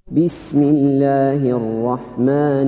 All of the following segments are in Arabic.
بسم الله الرحمن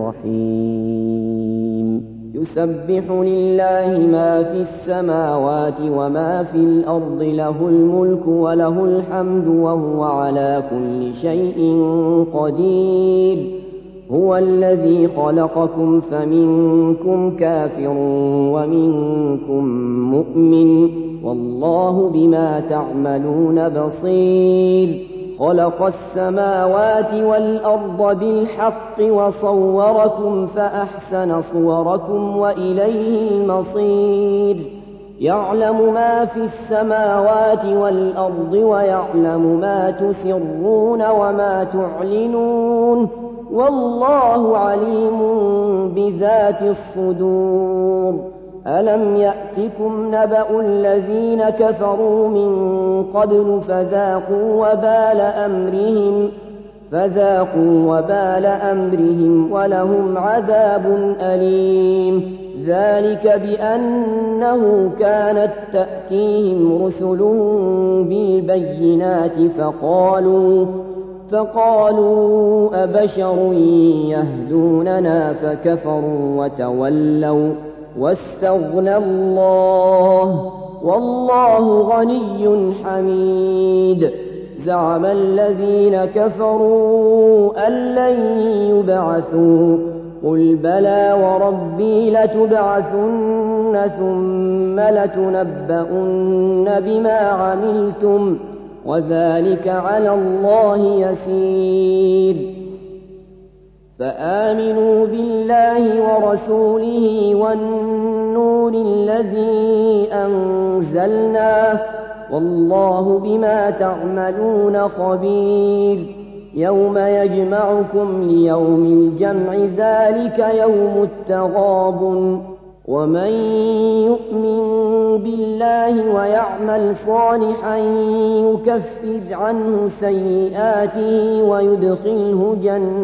الرحيم يسبح لله ما في السماوات وما في الأرض له الملك وله الحمد وهو على كل شيء قدير هو الذي خلقكم فمنكم كافر ومنكم مؤمن والله بما تعملون بصير خلق السماوات والأرض بالحق وصوركم فأحسن صوركم وإليه المصير يعلم ما في السماوات والأرض ويعلم ما تسرون وما تعلنون والله عليم بذات الصدور ألم يأتكم نبأ الذين كفروا من قبل فذاقوا وبال أمرهم ولهم عذاب أليم ذلك بأنه كانت تأتيهم رسلهم بالبينات فقالوا أبشر يهدوننا فكفروا وتولوا واستغنى الله والله غني حميد زعم الذين كفروا أن لن يبعثوا قل بلى وربي لتبعثن ثم لتنبؤن بما عملتم وذلك على الله يسير فآمنوا بالله ورسوله والنور الذي أنزلنا والله بما تعملون خبير يوم يجمعكم ليوم الجمع ذلك يوم التغابن ومن يؤمن بالله ويعمل صالحا يكفر عنه سيئاته ويدخله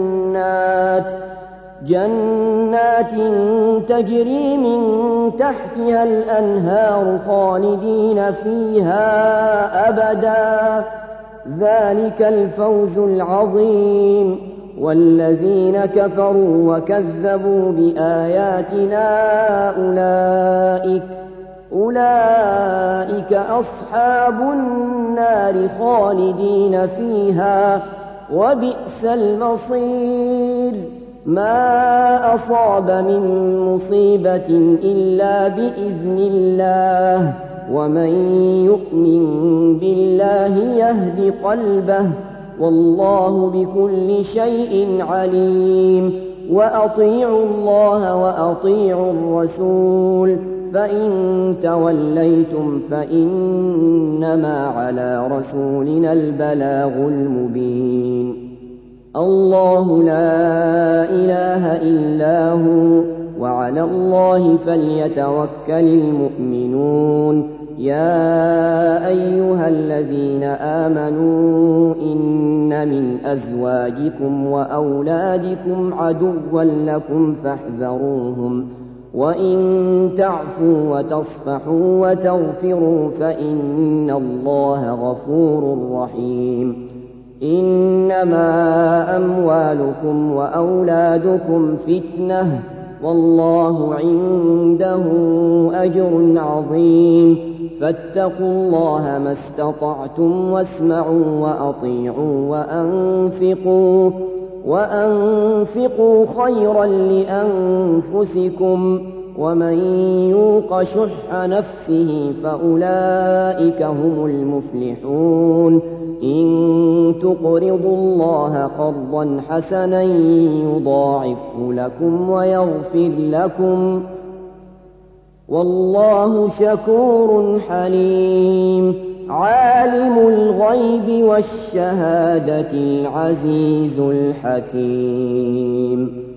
جنات تجري من تحتها الأنهار خالدين فيها أبدا ذلك الفوز العظيم والذين كفروا وكذبوا بآياتنا أولئك أصحاب النار خالدين فيها وبئس المصير ما أصاب من مصيبة إلا بإذن الله ومن يؤمن بالله يهد قلبه والله بكل شيء عليم وأطيعوا الله وأطيعوا الرسول فإن توليتم فإنما على رسولنا البلاغ المبين الله لا إله إلا هو وعلى الله فليتوكل المؤمنون يا أيها الذين آمنوا إن من أزواجكم وأولادكم عدوا لكم فاحذروهم وإن تعفوا وتصفحوا وتغفروا فإن الله غفور رحيم إنما أموالكم وأولادكم فتنة والله عنده أجر عظيم فاتقوا الله ما استطعتم واسمعوا وأطيعوا وأنفقوا خيرا لأنفسكم ومن يوق شح نفسه فأولئك هم المفلحون إن تقرضوا الله قرضا حسنا يضاعفه لكم ويغفر لكم والله شكور حليم عالم الغيب والشهادة العزيز الحكيم